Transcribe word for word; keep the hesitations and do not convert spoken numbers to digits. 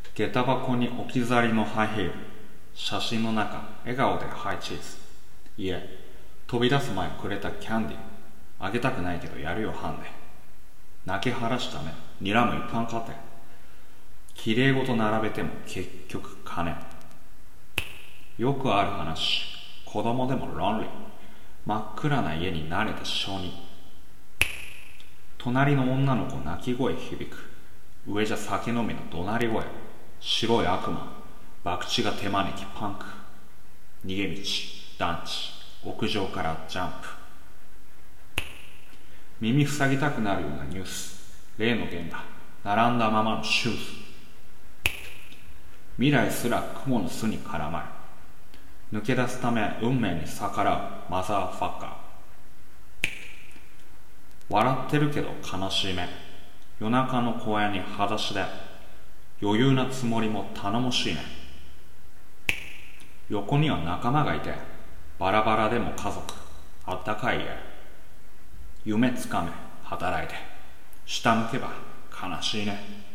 下駄箱に置き去りのハイヒール。写真の中、笑顔でハイチーズ。いえ、飛び出す前くれたキャンディー。あげたくないけどやるよハンデ。泣き晴らした目、睨む一般家庭。きれいごと並べても結局金。よくある話、子供でもロンリー。真っ暗な家に慣れた小児。隣の女の子泣き声響く。上じゃ酒飲みの怒鳴り声。白い悪魔、博打が手招きパンク。逃げ道、団地、屋上からジャンプ。耳塞ぎたくなるようなニュース。例の現場、並んだままのシューズ。未来すら雲の巣に絡まる。抜け出すため運命に逆らうマザーファッカー。笑ってるけど悲しい目。夜中の公園に裸足で余裕なつもりも頼もしいね。横には仲間がいて、バラバラでも家族、あったかい家。夢つかめ、働いて、下向けば悲しいね。